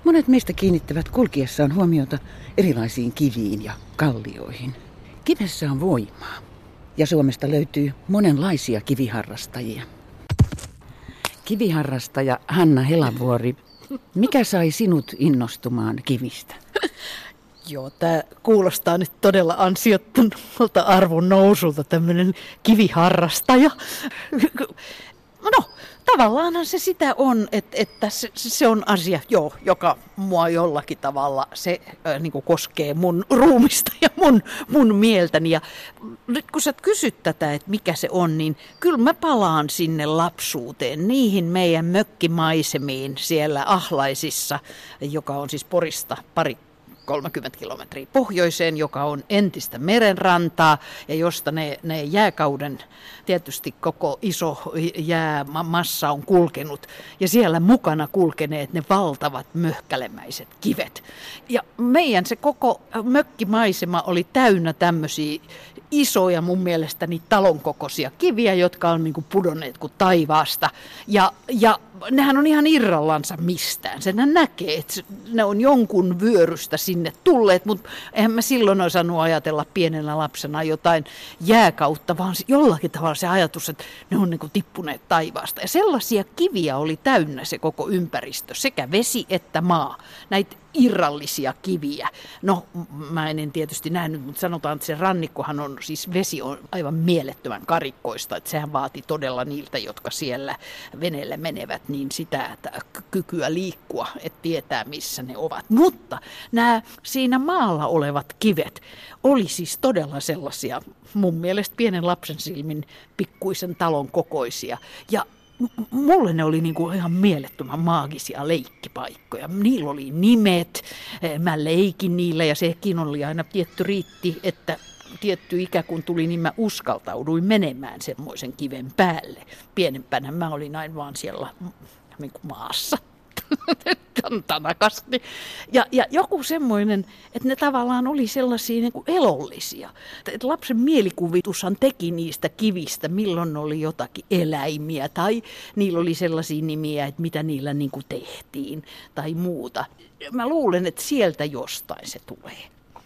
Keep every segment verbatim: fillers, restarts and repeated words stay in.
Monet meistä kiinnittävät kulkiessaan huomiota erilaisiin kiviin ja kallioihin. Kivessä on voimaa ja Suomesta löytyy monenlaisia kiviharrastajia. Kiviharrastaja Hanna Helavuori, mikä sai sinut innostumaan kivistä? Joo, tämä kuulostaa nyt todella ansiottomalta arvon nousulta, tämmöinen kiviharrastaja. No, tavallaanhan se sitä on, että, että se, se on asia, joo, joka mua jollakin tavalla se äh, niin kuin koskee mun ruumista ja mun, mun mieltäni. Ja nyt kun sä kysyt tätä, että mikä se on, niin kyllä mä palaan sinne lapsuuteen, niihin meidän mökkimaisemiin siellä Ahlaisissa, joka on siis Porista pari kolmekymmentä kilometriä pohjoiseen, joka on entistä merenrantaa ja josta ne, ne jääkauden tietysti koko iso jäämassa on kulkenut. Ja siellä mukana kulkeneet ne valtavat möhkälemäiset kivet. Ja meidän se koko mökkimaisema oli täynnä tämmöisiä isoja mun mielestäni talonkokoisia kiviä, jotka on niin kuin pudonneet kuin taivaasta. Ja, ja nehän on ihan irrallansa mistään. Senhän näkee, että ne on jonkun vyörystä sinne tulleet, mutta eihän mä silloin osannut ajatella pienenä lapsena jotain jääkautta, vaan jollakin tavalla se ajatus, että ne on niin kuin tippuneet taivaasta. Ja sellaisia kiviä oli täynnä se koko ympäristö, sekä vesi että maa. Näitä irrallisia kiviä. No, mä en tietysti nähnyt, mutta sanotaan, että se rannikkohan on, siis vesi on aivan mielettömän karikkoista, että sehän vaati todella niiltä, jotka siellä veneellä menevät, niin sitä että kykyä liikkua, että tietää missä ne ovat. Mutta nämä siinä maalla olevat kivet oli siis todella sellaisia, mun mielestä pienen lapsen silmin pikkuisen talon kokoisia. Ja mulle ne oli niinku ihan mielettömän maagisia leikkipaikkoja. Niillä oli nimet, mä leikin niillä ja sekin oli aina tietty riitti, että tietty ikä kun tuli, niin mä uskaltauduin menemään semmoisen kiven päälle. Pienempänä mä olin aina vaan siellä niin kuin maassa. Tanakasti. Ja, ja joku semmoinen, että ne tavallaan oli sellaisia niin kuin elollisia. Että lapsen mielikuvitushan teki niistä kivistä, milloin oli jotakin eläimiä tai niillä oli sellaisia nimiä, että mitä niillä niin kuin tehtiin tai muuta. Mä luulen, että sieltä jostain se tulee.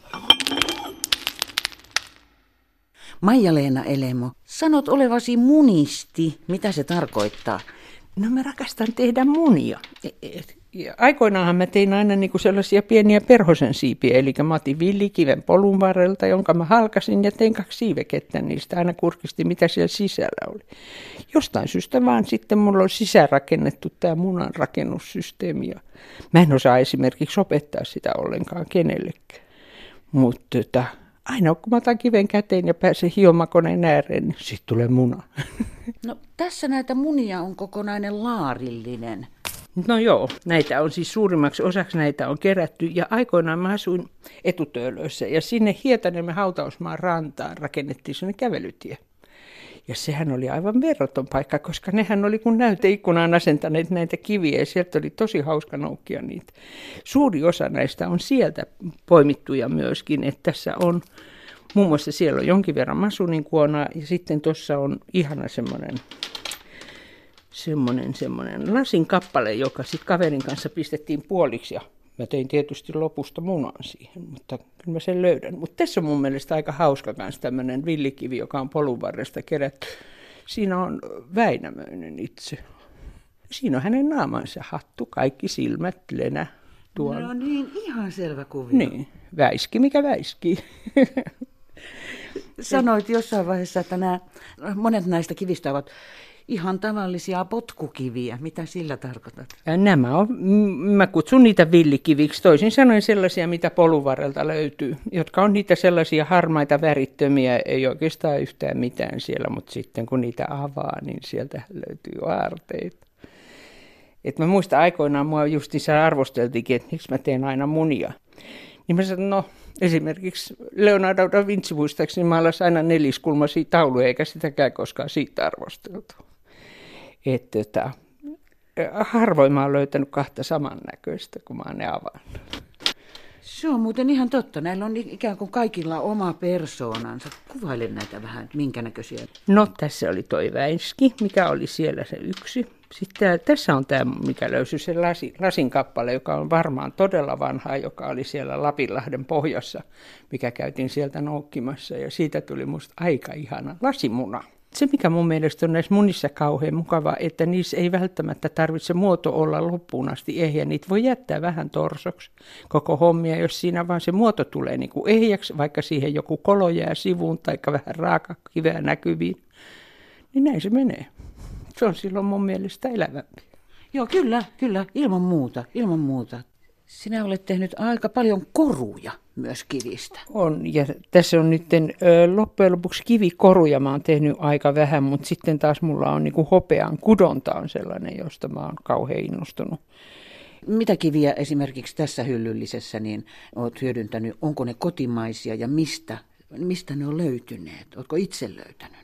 Maija-Leena Elemo, sanot olevasi munisti. Mitä se tarkoittaa? No mä rakastan tehdä munia. Ja aikoinaanhan mä tein aina niinku sellaisia pieniä perhosen siipiä, eli mä otin villikiven polun varrelta, jonka mä halkasin ja tein kaksi siivekettä niistä, aina kurkistin mitä siellä sisällä oli. Jostain syystä vaan sitten mulla on sisäänrakennettu tämä munan rakennussysteemi. Ja mä en osaa esimerkiksi opettaa sitä ollenkaan kenellekään, mutta tota, aina kun mä otan kiven käteen ja pääsen hiomakoneen ääreen, niin sitten tulee muna. No tässä näitä munia on kokonainen laarillinen. No joo, näitä on siis suurimmaksi osaksi näitä on kerätty ja aikoinaan mä asuin Etutöölössä ja sinne Hietaniemen hautausmaan rantaan rakennettiin sellainen kävelytie. Ja sehän oli aivan verraton paikka, koska nehän oli kun näyteikkunaan asentaneet näitä kiviä ja sieltä oli tosi hauska noukkia niitä. Suuri osa näistä on sieltä poimittuja myöskin, että tässä on muun muassa siellä on jonkin verran masuninkuonaa ja sitten tuossa on ihana semmoinen semmoinen, semmoinen lasin kappale, joka sitten kaverin kanssa pistettiin puoliksi ja mä tein tietysti lopusta munan siihen, mutta kyllä mä sen löydän. Mutta tässä on mun mielestä aika hauska kanssa tämmöinen villikivi, joka on polun varresta kerätty. Siinä on Väinämöinen itse. Siinä on hänen naamansa, hattu, kaikki silmät, lenä tuolla. No niin, ihan selvä kuvio. Niin, väiski mikä väiski. Sanoit jossain vaiheessa, että nämä, monet näistä kivistä ovat ihan tavallisia potkukiviä. Mitä sillä tarkoitat? Ja nämä on, mä kutsun niitä villikiviksi, toisin sanoen sellaisia, mitä polun varrelta löytyy, jotka on niitä sellaisia harmaita värittömiä, ei oikeastaan yhtään mitään siellä, mutta sitten kun niitä avaa, niin sieltä löytyy aarteita. Et mä muistan aikoinaan, mua justiinsa arvosteltiinkin, että miksi mä teen aina munia. Niin mä sanoin, no esimerkiksi Leonardo da Vinci muistaakseni maalasi aina neliskulmaisia tauluja, eikä sitäkään koskaan siitä arvosteltu. Että että harvoin mä oon löytänyt kahta samannäköistä, kun mä oon ne avannut. Se on muuten ihan totta. Näillä on ikään kuin kaikilla oma persoonansa. Kuvaile näitä vähän, minkä näköisiä. No tässä oli toi väiski, mikä oli siellä se yksi. Sitten tässä on tämä, mikä löysi se lasi, lasin kappale, joka on varmaan todella vanha, joka oli siellä Lapinlahden pohjassa, mikä käytiin sieltä noukkimassa. Ja siitä tuli musta aika ihana lasimuna. Se, mikä mun mielestä on näissä munissa kauhean mukava, että niissä ei välttämättä tarvitse muoto olla loppuun asti ehjä. Niitä voi jättää vähän torsoksi koko hommia, jos siinä vaan se muoto tulee niin kuin ehjäksi, vaikka siihen joku kolo jää sivuun tai vähän raakakiveä näkyviin. Niin näin se menee. Se on silloin mun mielestä elävämpi. Joo, kyllä, kyllä, ilman muuta, ilman muuta. Sinä olet tehnyt aika paljon koruja myös kivistä. On, ja tässä on nyt loppujen lopuksi kivikoruja mä oon tehnyt aika vähän, mutta sitten taas mulla on niinku hopean kudonta on sellainen, josta mä oon kauhean innostunut. Mitä kiviä esimerkiksi tässä hyllyllisessä niin olet hyödyntänyt? Onko ne kotimaisia ja mistä, mistä ne on löytyneet? Oletko itse löytänyt?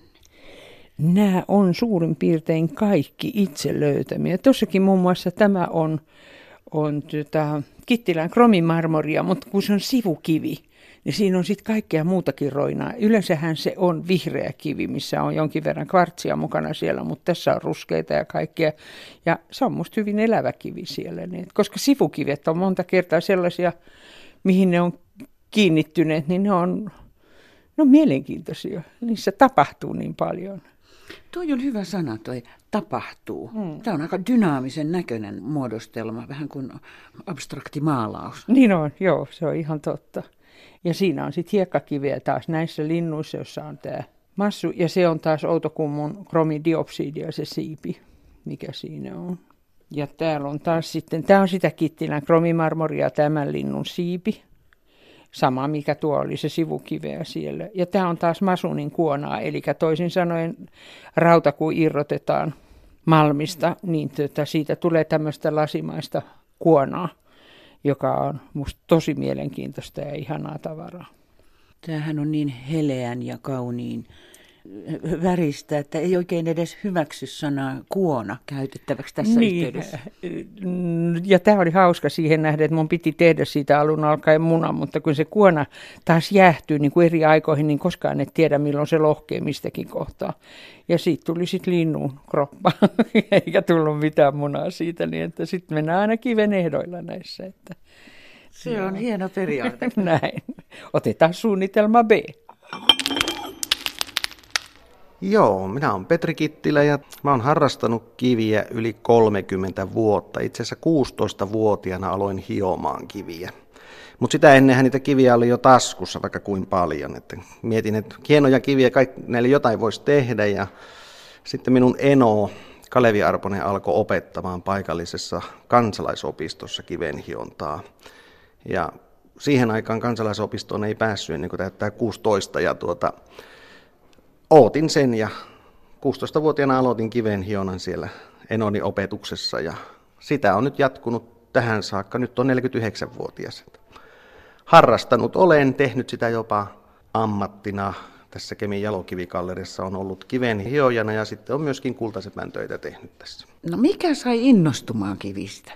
Nämä on suurin piirtein kaikki itse löytämiä. Tuossakin muun muassa tämä on, on tota, Kittilän kromimarmoria, mutta kun se on sivukivi, niin siinä on sitten kaikkea muutakin roinaa. Yleensähän se on vihreä kivi, missä on jonkin verran kvartsia mukana siellä, mutta tässä on ruskeita ja kaikkea. Ja se on musta hyvin elävä kivi siellä, niin, koska sivukivet on monta kertaa sellaisia, mihin ne on kiinnittyneet, niin ne on, ne on mielenkiintoisia. Niissä tapahtuu niin paljon. Toi on hyvä sana, toi tapahtuu. Hmm. Tämä on aika dynaamisen näköinen muodostelma, vähän kuin abstrakti maalaus. Niin on, joo, se on ihan totta. Ja siinä on sitten hiekkakiveä taas näissä linnuissa, jossa on tämä massu. Ja se on taas Outokummun kromidiopsidia, se siipi, mikä siinä on. Ja täällä on taas sitten, tämä on sitä Kittilän kromimarmoria, tämän linnun siipi. Sama, mikä tuo oli se sivukiveä siellä. Ja tämä on taas masunin kuonaa, eli toisin sanoen rauta kun irrotetaan malmista, niin tuota, siitä tulee tämmöistä lasimaista kuonaa, joka on musta tosi mielenkiintoista ja ihanaa tavaraa. Tämähän on niin heleän ja kauniin väristä, että ei oikein edes hyväksy sanaa kuona käytettäväksi tässä niin, yhteydessä. Ja tämä oli hauska siihen nähdä, että mun piti tehdä siitä alun alkaen muna, mutta kun se kuona taas jäähtyy niin kuin eri aikoihin, niin koskaan et tiedä milloin se lohkee mistäkin kohtaa. Ja siitä tuli sitten linnun kroppa, eikä tullut mitään munaa siitä, niin että sitten mennään aina kiven ehdoilla näissä. Että se joo. On hieno periaate. Näin. Otetaan suunnitelma B. Joo, minä olen Petri Kittilä ja mä oon harrastanut kiviä yli kolmekymmentä vuotta. Itse asiassa kuusitoistavuotiaana aloin hiomaan kiviä. Mutta sitä ennenhän niitä kiviä oli jo taskussa vaikka kuin paljon. Että mietin, että hienoja kiviä, kaikki, näille jotain voisi tehdä. Ja sitten minun eno Kalevi Arponen alkoi opettamaan paikallisessa kansalaisopistossa kivenhiontaa. Ja siihen aikaan kansalaisopistoon ei päässyt ennen kuin täyttää kuusitoista ja tuota... Ootin sen ja kuusitoistavuotiaana aloitin kivenhionnan siellä enoni opetuksessa ja sitä on nyt jatkunut tähän saakka. Nyt on neljäkymmentäyhdeksänvuotias. Harrastanut olen, tehnyt sitä jopa ammattina. Tässä Kemin jalokivikallerissa on ollut kivenhiojana ja sitten on myöskin kultasepän töitä tehnyt tässä. No mikä sai innostumaan kivistä?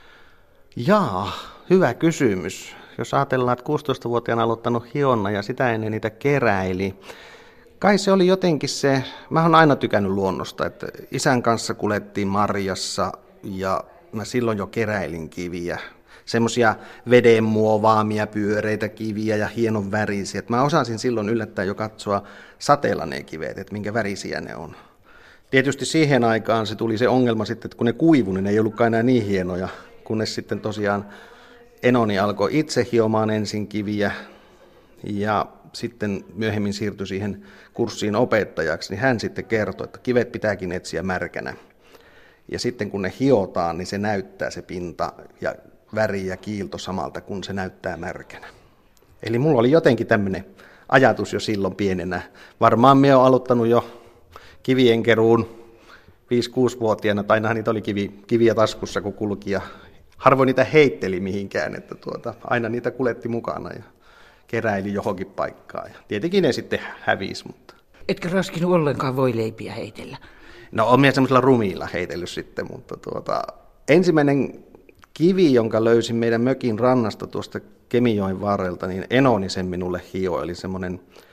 Jaa, hyvä kysymys. Jos ajatellaan, että kuusitoistavuotiaana aloittanut hionna ja sitä ennen niitä keräili. Kai se oli jotenkin se, mä oon aina tykännyt luonnosta, että isän kanssa kuljettiin marjassa ja mä silloin jo keräilin kiviä. Semmoisia veden muovaamia pyöreitä kiviä ja hienon värisiä. Että mä osasin silloin yllättäen jo katsoa sateella ne kivet, että minkä värisiä ne on. Tietysti siihen aikaan se tuli se ongelma sitten, että kun ne kuivui, niin ne ei ollutkaan enää niin hienoja, kunnes sitten tosiaan enoni alkoi itse hiomaan ensin kiviä ja sitten myöhemmin siirtyi siihen kurssiin opettajaksi, niin hän sitten kertoi, että kivet pitääkin etsiä märkänä. Ja sitten kun ne hiotaan, niin se näyttää se pinta ja väri ja kiilto samalta, kun se näyttää märkänä. Eli mulla oli jotenkin tämmöinen ajatus jo silloin pienenä. Varmaan minä olen aloittanut jo kivien keruun viisi-kuusivuotiaana, tai aina niitä oli kivi, kiviä taskussa, kun kulki, ja harvoin niitä heitteli mihinkään, että tuota, aina niitä kuljetti mukana ja keräili johonkin paikkaan. Ja tietenkin ne sitten hävisi, mutta... Etkä raskinut ollenkaan voileipiä heitellä? No on minä semmoisella rumiilla heitellyt sitten, mutta tuota, ensimmäinen kivi, jonka löysin meidän mökin rannasta tuosta Kemijoen varrelta, niin enoni sen minulle hioi, eli semmoinen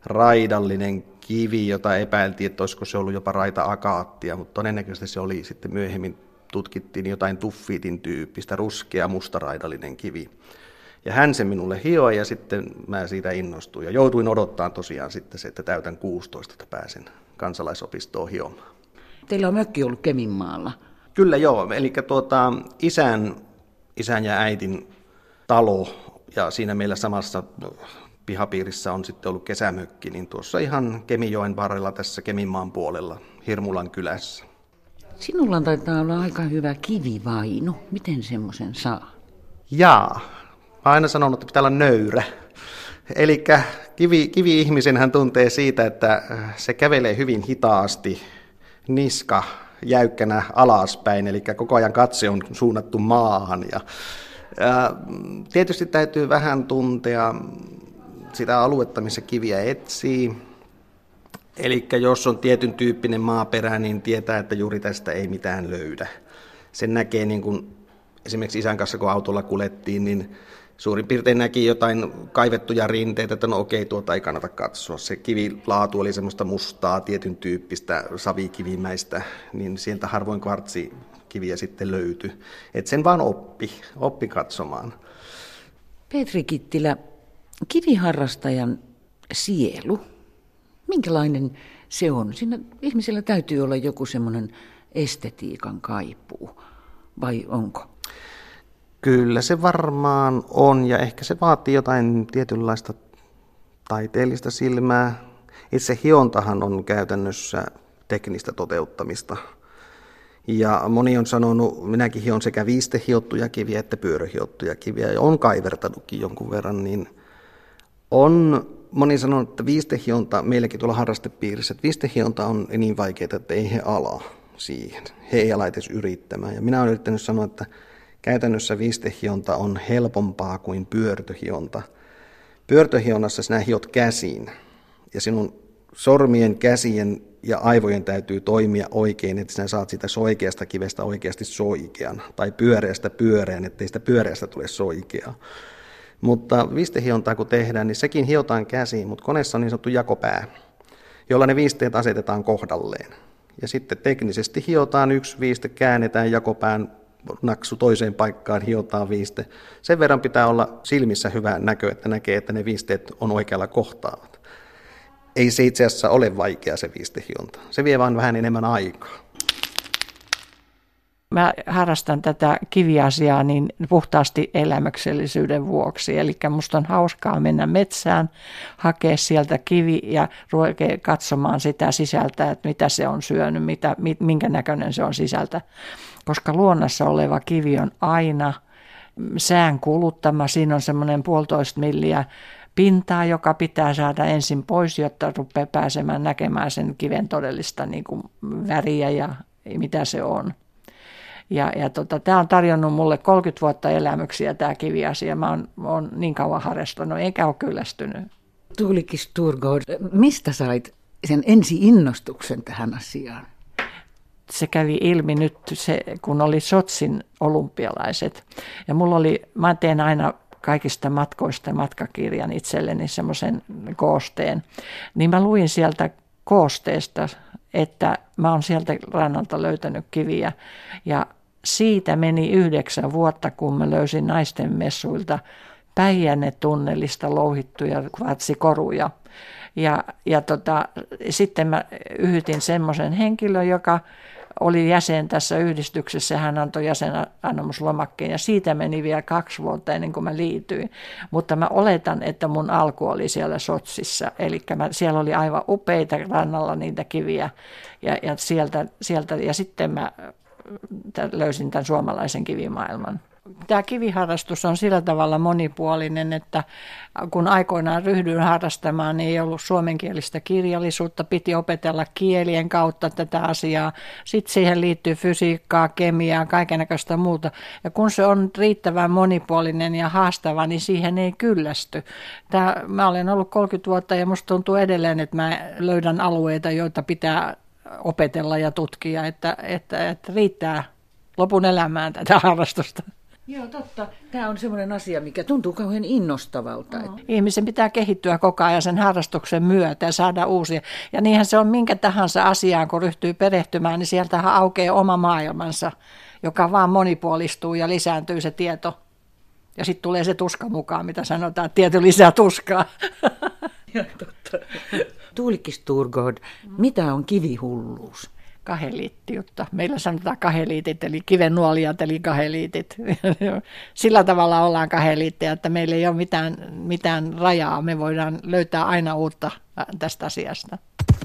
raidallinen kivi, jota epäiltiin, että olisiko se ollut jopa raita-akaattia, mutta todennäköisesti se oli sitten myöhemmin tutkittiin jotain tuffiitin tyyppistä, ruskea mustaraidallinen kivi. Ja hän se minulle hioi ja sitten mä siitä innostuin ja jouduin odottaa tosiaan sitten se, että täytän kuusitoista, että pääsen kansalaisopistoon hiomaan. Teillä on mökki ollut Keminmaalla. Kyllä joo, eli tuota, isän, isän ja äitin talo ja siinä meillä samassa pihapiirissä on sitten ollut kesämökki, niin tuossa ihan Kemijoen varrella tässä Keminmaan puolella Hirmulan kylässä. Sinulla taitaa olla aika hyvä kivivainu. Miten semmoisen saa? Jaa, mä oon aina sanonut, että pitää olla nöyrä. Eli kivi, kivi-ihmisen hän tuntee siitä, että se kävelee hyvin hitaasti, niska jäykkänä alaspäin, eli koko ajan katse on suunnattu maahan. Ja, ja tietysti täytyy vähän tuntea sitä aluetta, missä kiviä etsii. Eli jos on tietyn tyyppinen maaperä, niin tietää, että juuri tästä ei mitään löydä. Sen näkee niin kuin esimerkiksi isän kanssa, kun autolla kuljettiin, niin suurin piirtein näki jotain kaivettuja rinteitä, että no okei, tuota ei kannata katsoa. Se kivilaatu oli semmoista mustaa, tietyn tyyppistä savikivimäistä, niin sieltä harvoin kvartsikiviä sitten löytyi. Et sen vaan oppi, oppi katsomaan. Petri Kittilä, kiviharrastajan sielu, minkälainen se on? Siinä ihmisellä täytyy olla joku semmoinen estetiikan kaipuu, vai onko? Kyllä se varmaan on, ja ehkä se vaatii jotain tietynlaista taiteellista silmää. Itse hiontahan on käytännössä teknistä toteuttamista. Ja moni on sanonut, minäkin hion sekä viistehiottuja kiviä että pyöröhiottuja kiviä, ja on kaivertanutkin jonkun verran, niin on moni sanonut, että viistehionta, meilläkin tuolla harrastepiirissä, että viistehionta on niin vaikeaa, että ei he ala siihen. He ei ala edes yrittämään. Ja minä olen yrittänyt sanoa, että käytännössä viistehionta on helpompaa kuin pyörtöhionta. Pyörtöhionnassa sinä hiot käsiin, ja sinun sormien, käsien ja aivojen täytyy toimia oikein, että sinä saat sitä soikeasta kivestä oikeasti soikean, tai pyöreästä pyöreän, ettei sitä pyöreästä tule soikeaa. Mutta viistehiontaa kun tehdään, niin sekin hiotaan käsiin, mutta koneessa on niin sanottu jakopää, jolla ne viisteet asetetaan kohdalleen. Ja sitten teknisesti hiotaan yksi viiste, käännetään jakopään naksu toiseen paikkaan, hiotaan viiste. Sen verran pitää olla silmissä hyvä näkö, että näkee, että ne viisteet on oikealla kohtaavat. Ei se itse asiassa ole vaikea se viistehionta. Se vie vaan vähän enemmän aikaa. Mä harrastan tätä kiviasiaa niin puhtaasti elämyksellisyyden vuoksi. Eli musta on hauskaa mennä metsään, hakea sieltä kivi ja ruveta katsomaan sitä sisältä, että mitä se on syönyt, mitä, minkä näköinen se on sisältä. Koska luonnossa oleva kivi on aina sään kuluttama. Siinä on semmoinen puolitoista milliä pintaa, joka pitää saada ensin pois, jotta rupeaa pääsemään näkemään sen kiven todellista niin kuin väriä ja mitä se on. Ja, ja tota, tämä on tarjonnut mulle kolmekymmentä vuotta elämyksiä tämä kiviasia. Mä oon, oon niin kauan harrastanut, eikä ole kyllästynyt. Tuulikki Sturgård, mistä sait sen ensi-innostuksen tähän asiaan? Se kävi ilmi nyt, se, kun oli Sotsin olympialaiset. Ja mulla oli, mä teen aina kaikista matkoista matkakirjan itselleni semmoisen koosteen. Niin mä luin sieltä koosteesta, että mä oon sieltä rannalta löytänyt kiviä. Ja siitä meni yhdeksän vuotta, kun mä löysin naisten messuilta Päijänne-tunnelista louhittuja kvartsikoruja. Ja, ja tota, sitten mä yhytin semmoisen henkilön, joka oli jäsen tässä yhdistyksessä. Hän antoi jäsenannomuslomakkeen ja siitä meni vielä kaksi vuotta ennen kuin mä liityin. Mutta mä oletan, että mun alku oli siellä Sotsissa. Eli mä, siellä oli aivan upeita rannalla niitä kiviä ja, ja, sieltä, sieltä, ja sitten mä löysin tämän suomalaisen kivimaailman. Tämä kiviharrastus on sillä tavalla monipuolinen, että kun aikoinaan ryhdyin harrastamaan, niin ei ollut suomenkielistä kirjallisuutta, piti opetella kielien kautta tätä asiaa. Sitten siihen liittyy fysiikkaa, kemiaa, kaikennäköistä muuta. Ja kun se on riittävän monipuolinen ja haastava, niin siihen ei kyllästy. Tämä, mä olen ollut kolmekymmentä vuotta ja musta tuntuu edelleen, että mä löydän alueita, joita pitää opetella ja tutkia, että, että, että riittää lopun elämään tätä harrastusta. Joo, totta. Tämä on semmoinen asia, mikä tuntuu kauhean innostavalta. Mm. Ihmisen pitää kehittyä koko ajan sen harrastuksen myötä ja saada uusia. Ja niinhän se on minkä tahansa asiaan, kun ryhtyy perehtymään, niin sieltähän aukeaa oma maailmansa, joka vaan monipuolistuu ja lisääntyy se tieto. Ja sitten tulee se tuska mukaan, mitä sanotaan, että tieto lisää tuskaa. Joo, totta. Tuulikki Sturgård, mitä on kivihulluus? Kaheliittiyttä. Meillä sanotaan kaheliitit, eli kivennuolijat, eli kaheliitit. Sillä tavalla ollaan kaheliittejä, että meillä ei ole mitään, mitään rajaa. Me voidaan löytää aina uutta tästä asiasta.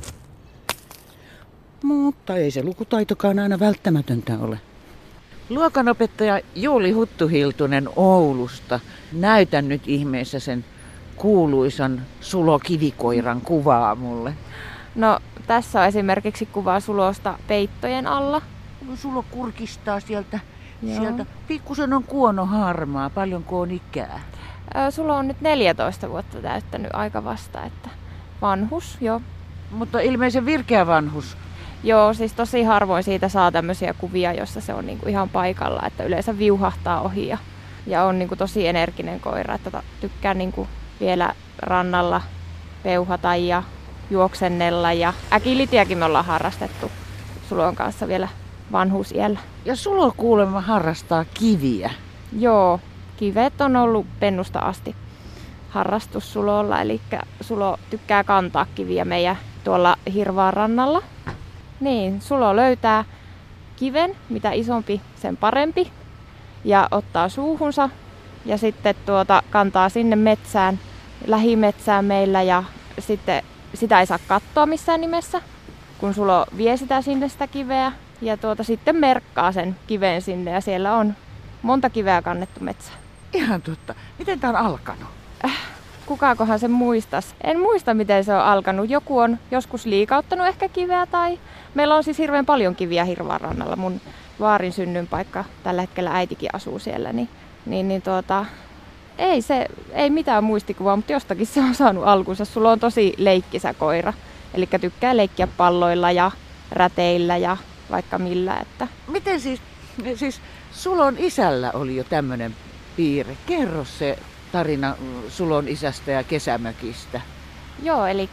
Mutta ei se lukutaitokaan aina välttämätöntä ole. Luokanopettaja Juuli Huttuhiltunen Oulusta. Näytän nyt ihmeessä sen kuuluisan sulokivikoiran kuvaa mulle. No, tässä on esimerkiksi kuvaa sulosta peittojen alla. Sulo kurkistaa sieltä. Joo. sieltä. Pikkusen on kuono harmaa, paljonko on ikää? Sulo on nyt neljätoista vuotta täyttänyt aika vasta, että vanhus, joo. Mutta ilmeisen virkeä vanhus. Joo, siis tosi harvoin siitä saa tämmöisiä kuvia, jossa se on niinku ihan paikalla, että yleensä viuhahtaa ohi ja, ja on niinku tosi energinen koira, että tykkää niinku vielä rannalla peuhata ja juoksennella ja äkilitiäkin me ollaan harrastettu Sulon kanssa vielä vanhuusiällä. Ja Sulo kuulemma harrastaa kiviä. Joo, kivet on ollut pennusta asti harrastus Sulolla, eli Sulo tykkää kantaa kiviä meidän tuolla Hirvaan rannalla. Niin, Sulo löytää kiven, mitä isompi sen parempi, ja ottaa suuhunsa ja sitten tuota kantaa sinne metsään, lähimetsään meillä, ja sitten sitä ei saa katsoa missään nimessä, kun Sulo vie sitä sinne sitä kiveä ja tuota sitten merkkaa sen kiven sinne ja siellä on monta kiveä kannettu metsään. Ihan totta. Miten tämä on alkanut? Äh, kukaakohan sen muistas? En muista miten se on alkanut. Joku on joskus liikauttanut ehkä kiveä tai meillä on siis hirveän paljon kiviä Hirvaan rannalla. Mun vaarin synnynpaikka, tällä hetkellä äitikin asuu siellä, niin, niin, niin tuota, ei, se, ei mitään muistikuvaa, mutta jostakin se on saanut alkunsa. Sulla on tosi leikkisä koira, eli tykkää leikkiä palloilla ja räteillä ja vaikka millä. Että. Miten siis, siis Sulon isällä oli jo tämmöinen piirre. Kerro se tarina Sulon isästä ja kesämökistä. Joo, eli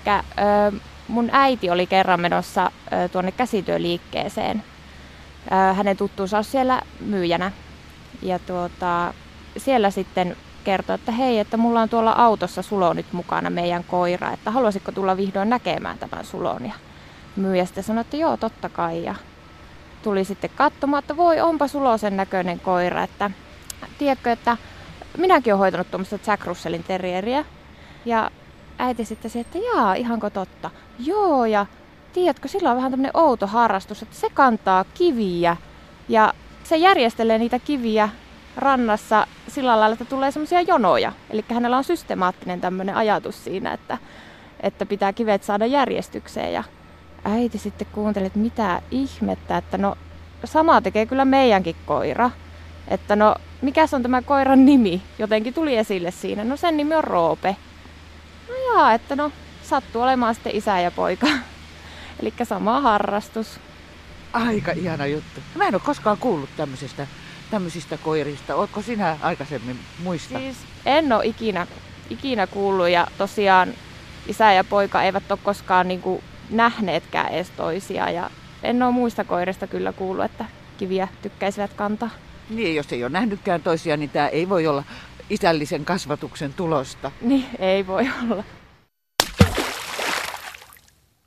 mun äiti oli kerran menossa ö, tuonne käsityöliikkeeseen. Ö, hänen tuttuunsa on siellä myyjänä. Ja tuota, siellä sitten kertoi, että hei, että mulla on tuolla autossa Sulo nyt mukana, meidän koira, että haluaisitko tulla vihdoin näkemään tämän Sulon? Ja myyjä sitten sanoi, että joo, totta kai. Ja tuli sitten katsomaan, että voi, onpa Sulo sen näköinen koira, että tiedätkö, että minäkin olen hoitanut tuommoista Jack Russellin terrieriä. Ja äiti sitten se, että jaa, ihanko totta? Joo, ja tiedätkö, sillä on vähän tämmöinen outo harrastus, että se kantaa kiviä ja se järjestelee niitä kiviä rannassa sillä lailla, että tulee semmoisia jonoja. Eli hänellä on systemaattinen tämmöinen ajatus siinä, että, että pitää kivet saada järjestykseen. Ja äiti sitten kuunteli, että mitä ihmettä, että no sama tekee kyllä meidänkin koira. Että no, mikäs on tämä koiran nimi? Jotenkin tuli esille siinä. No sen nimi on Roope. No jaa, että no sattuu olemaan sitten isä ja poika. Eli sama harrastus. Aika ihana juttu. Mä en ole koskaan kuullut tämmöisestä, tämmöisistä koirista. Ootko sinä aikaisemmin muista? Siis en ole ikinä, ikinä kuullut ja tosiaan isä ja poika eivät ole koskaan niin kuin nähneetkään edes toisiaan. Ja en ole muista koirista kyllä kuullut, että kiviä tykkäisivät kantaa. Niin, jos ei ole nähnytkään toisiaan, niin tämä ei voi olla isällisen kasvatuksen tulosta. Niin, ei voi olla.